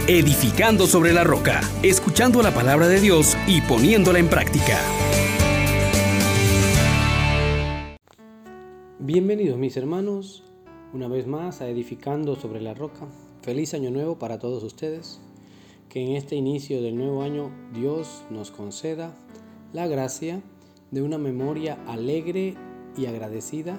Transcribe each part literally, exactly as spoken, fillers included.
edificando sobre la roca, escuchando la palabra de Dios y poniéndola en práctica. Bienvenidos mis hermanos, una vez más a Edificando sobre la Roca. Feliz año nuevo para todos ustedes. Que en este inicio del nuevo año Dios nos conceda la gracia de una memoria alegre y agradecida,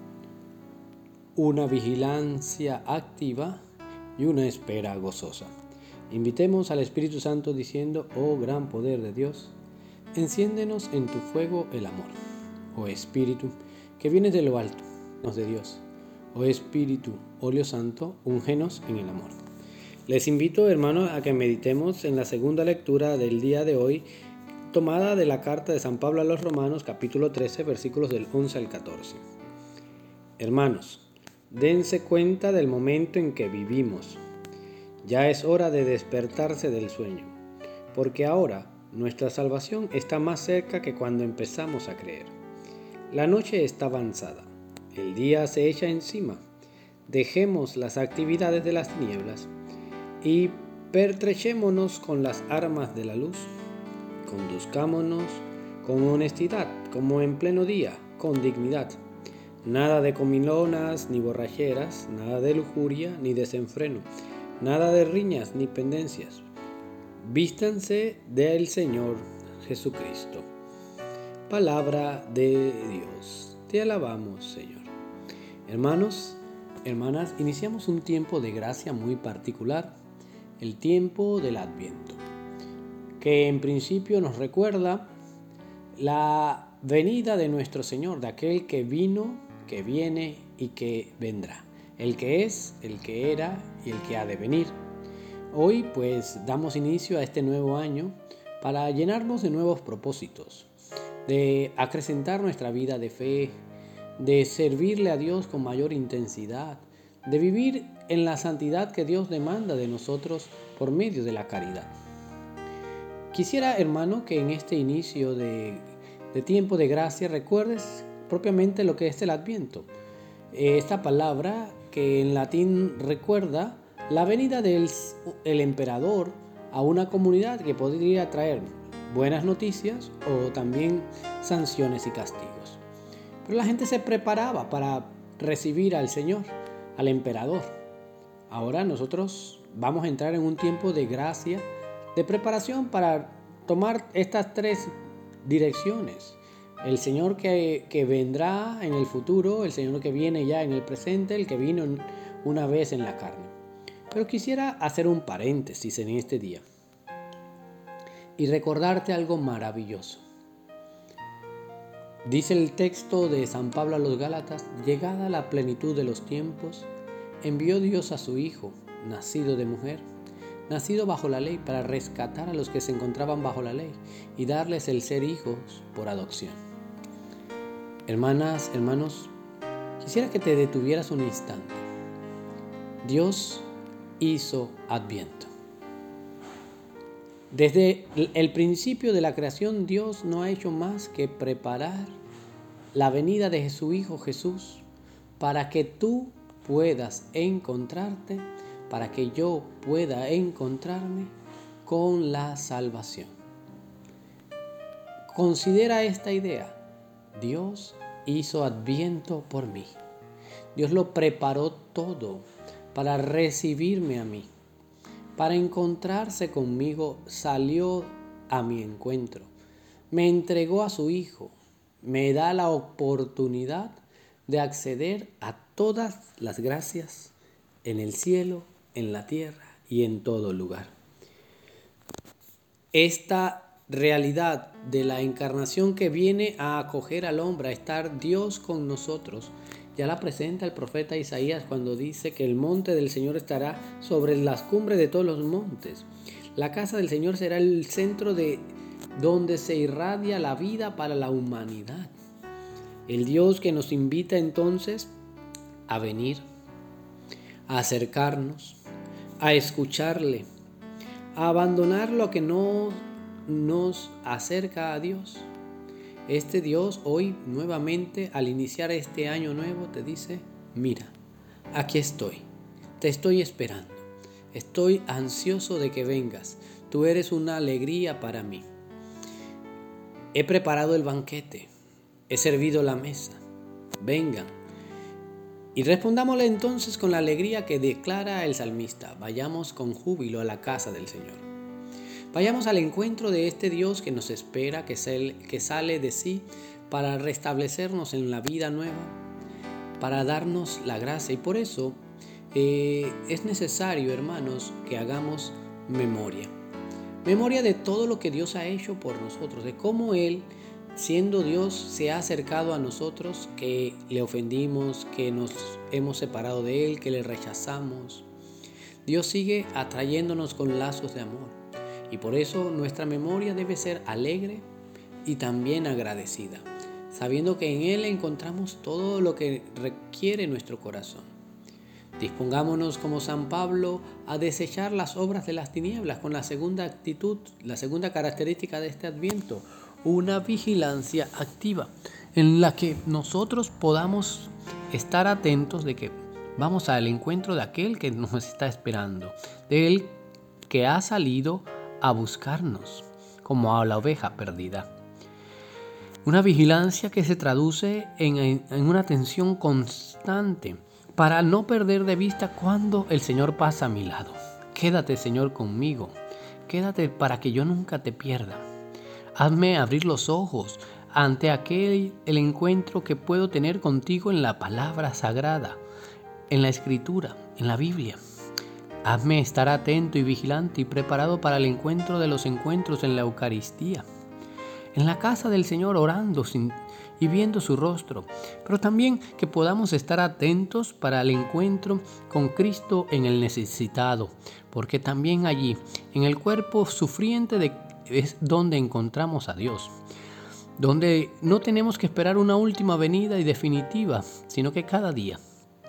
una vigilancia activa y una espera gozosa. Invitemos al Espíritu Santo diciendo: oh gran poder de Dios, enciéndenos en tu fuego el amor. Oh Espíritu, que vienes de lo alto, de Dios. Oh Espíritu, óleo santo, úngenos en el amor. Les invito, hermanos, a que meditemos en la segunda lectura del día de hoy, tomada de la carta de San Pablo a los Romanos, capítulo trece, versículos del once al catorce. Hermanos, dense cuenta del momento en que vivimos. Ya es hora de despertarse del sueño, porque ahora nuestra salvación está más cerca que cuando empezamos a creer. La noche está avanzada, el día se echa encima. Dejemos las actividades de las tinieblas y pertrechémonos con las armas de la luz. Conduzcámonos con honestidad, como en pleno día, con dignidad. Nada de comilonas ni borracheras, nada de lujuria ni desenfreno, nada de riñas ni pendencias. Vístanse del Señor Jesucristo. Palabra de Dios. Te alabamos, Señor. Hermanos, hermanas, iniciamos un tiempo de gracia muy particular, el tiempo del Adviento, que en principio nos recuerda la venida de nuestro Señor, de aquel que vino, que viene y que vendrá. El que es, el que era y el que ha de venir. Hoy pues damos inicio a este nuevo año para llenarnos de nuevos propósitos, de acrecentar nuestra vida de fe, de servirle a Dios con mayor intensidad, de vivir en la santidad que Dios demanda de nosotros por medio de la caridad. Quisiera, hermano, que en este inicio de, de tiempo de gracia recuerdes propiamente lo que es el Adviento. Esta palabra que en latín recuerda la venida del el emperador a una comunidad que podría traer buenas noticias o también sanciones y castigos. Pero la gente se preparaba para recibir al Señor, al emperador. Ahora nosotros vamos a entrar en un tiempo de gracia, de preparación para tomar estas tres direcciones. El Señor que, que vendrá en el futuro, el Señor que viene ya en el presente, el que vino una vez en la carne. Pero quisiera hacer un paréntesis en este día y recordarte algo maravilloso. Dice el texto de San Pablo a los Gálatas: llegada la plenitud de los tiempos, envió Dios a su Hijo, nacido de mujer, nacido bajo la ley, para rescatar a los que se encontraban bajo la ley y darles el ser hijos por adopción. Hermanas, hermanos, quisiera que te detuvieras un instante. Dios hizo Adviento. Desde el principio de la creación, Dios no ha hecho más que preparar la venida de su Hijo Jesús para que tú puedas encontrarte, para que yo pueda encontrarme con la salvación. Considera esta idea. Dios hizo Adviento por mí. Dios lo preparó todo para recibirme a mí. Para encontrarse conmigo, salió a mi encuentro. Me entregó a su Hijo. Me da la oportunidad de acceder a todas las gracias en el cielo, en la tierra y en todo lugar. Esta realidad de la encarnación que viene a acoger al hombre, a estar Dios con nosotros, ya la presenta el profeta Isaías cuando dice que el monte del Señor estará sobre las cumbres de todos los montes. La casa del Señor será el centro de donde se irradia la vida para la humanidad. El Dios que nos invita entonces a venir, a acercarnos, a escucharle, a abandonar lo que no nos acerca a Dios. Este Dios hoy nuevamente, al iniciar este año nuevo, te dice: mira, aquí estoy, te estoy esperando. Estoy ansioso de que vengas. Tú eres una alegría para mí. He preparado el banquete. He servido la mesa. Vengan. Y respondámosle entonces con la alegría que declara el salmista. Vayamos con júbilo a la casa del Señor. Vayamos al encuentro de este Dios que nos espera, que sale de sí para restablecernos en la vida nueva, para darnos la gracia. Y por eso eh, es necesario, hermanos, que hagamos memoria. Memoria de todo lo que Dios ha hecho por nosotros, de cómo Él, siendo Dios, se ha acercado a nosotros, que le ofendimos, que nos hemos separado de Él, que le rechazamos. Dios sigue atrayéndonos con lazos de amor. Y por eso nuestra memoria debe ser alegre y también agradecida, sabiendo que en Él encontramos todo lo que requiere nuestro corazón. Dispongámonos como San Pablo a desechar las obras de las tinieblas con la segunda actitud, la segunda característica de este Adviento, una vigilancia activa en la que nosotros podamos estar atentos de que vamos al encuentro de aquel que nos está esperando, de Él que ha salido a buscarnos como a la oveja perdida. Una vigilancia que se traduce en, en una atención constante para no perder de vista cuando el Señor pasa a mi lado. Quédate, Señor, conmigo. Quédate para que yo nunca te pierda. Hazme abrir los ojos ante aquel el encuentro que puedo tener contigo en la palabra sagrada, en la Escritura, en la Biblia. Hazme estar atento y vigilante y preparado para el encuentro de los encuentros en la Eucaristía, en la casa del Señor orando sin, y viendo su rostro, pero también que podamos estar atentos para el encuentro con Cristo en el necesitado, porque también allí, en el cuerpo sufriente, de, es donde encontramos a Dios, donde no tenemos que esperar una última venida y definitiva, sino que cada día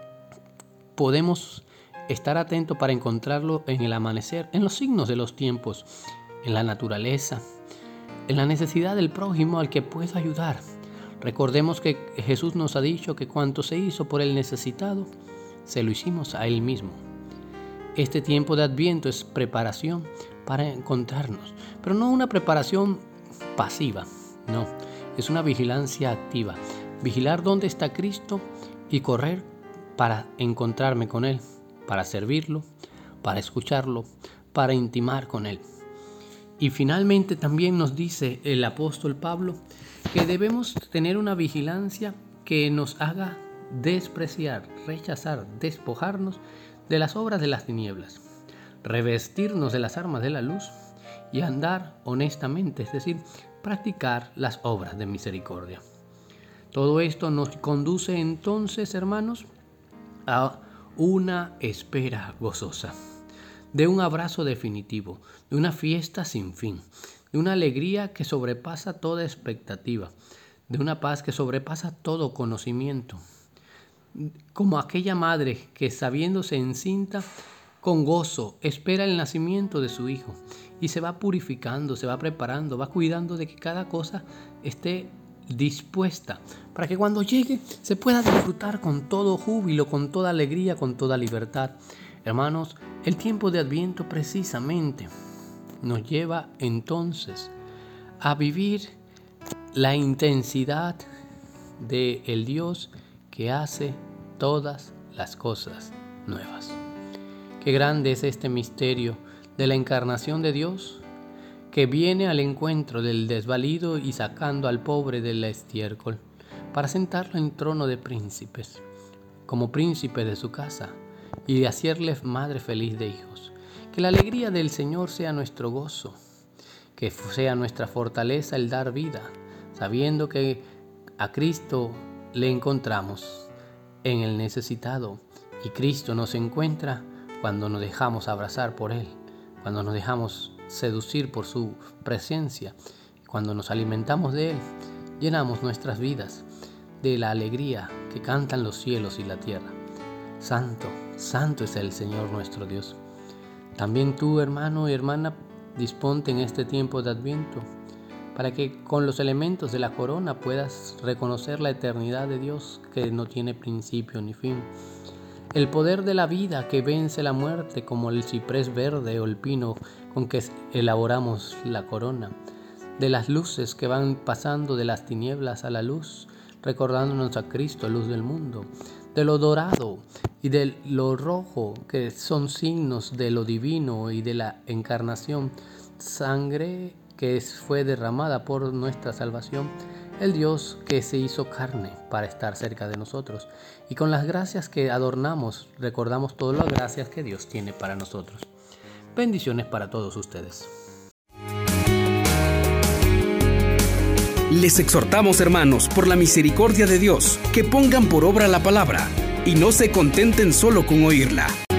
podemos estar atentos para encontrarlo en el amanecer, en los signos de los tiempos, en la naturaleza, en la necesidad del prójimo al que pueda ayudar. Recordemos que Jesús nos ha dicho que cuanto se hizo por el necesitado, se lo hicimos a Él mismo. Este tiempo de Adviento es preparación para encontrarnos, pero no una preparación pasiva, no, es una vigilancia activa. Vigilar dónde está Cristo y correr para encontrarme con Él, para servirlo, para escucharlo, para intimar con Él. Y finalmente también nos dice el apóstol Pablo que debemos tener una vigilancia que nos haga despreciar, rechazar, despojarnos de las obras de las tinieblas, revestirnos de las armas de la luz y andar honestamente, es decir, practicar las obras de misericordia. Todo esto nos conduce entonces, hermanos, a una espera gozosa, de un abrazo definitivo, de una fiesta sin fin, de una alegría que sobrepasa toda expectativa, de una paz que sobrepasa todo conocimiento, como aquella madre que, sabiéndose encinta, con gozo espera el nacimiento de su hijo y se va purificando, se va preparando, va cuidando de que cada cosa esté dispuesta para que cuando llegue se pueda disfrutar con todo júbilo, con toda alegría, con toda libertad. Hermanos, el tiempo de Adviento precisamente nos lleva entonces a vivir la intensidad de el Dios que hace todas las cosas nuevas. Qué grande es este misterio de la encarnación de Dios, que viene al encuentro del desvalido y sacando al pobre del estiércol para sentarlo en trono de príncipes, como príncipe de su casa, y de hacerle madre feliz de hijos. Que la alegría del Señor sea nuestro gozo, que sea nuestra fortaleza el dar vida, sabiendo que a Cristo le encontramos en el necesitado y Cristo nos encuentra cuando nos dejamos abrazar por Él, cuando nos dejamos seducir por su presencia, cuando nos alimentamos de Él, llenamos nuestras vidas de la alegría que cantan los cielos y la tierra. Santo, santo es el Señor nuestro Dios. También tú, hermano y hermana, disponte en este tiempo de Adviento para que con los elementos de la corona puedas reconocer la eternidad de Dios que no tiene principio ni fin. el poder de la vida que vence la muerte, como el ciprés verde o el pino con que elaboramos la corona, de las luces que van pasando de las tinieblas a la luz, recordándonos a Cristo, luz del mundo, de lo dorado y de lo rojo, que son signos de lo divino y de la encarnación, sangre que fue derramada por nuestra salvación, el Dios que se hizo carne para estar cerca de nosotros. Y con las gracias que adornamos, recordamos todas las gracias que Dios tiene para nosotros. Bendiciones para todos ustedes. Les exhortamos, hermanos, por la misericordia de Dios, que pongan por obra la palabra y no se contenten solo con oírla.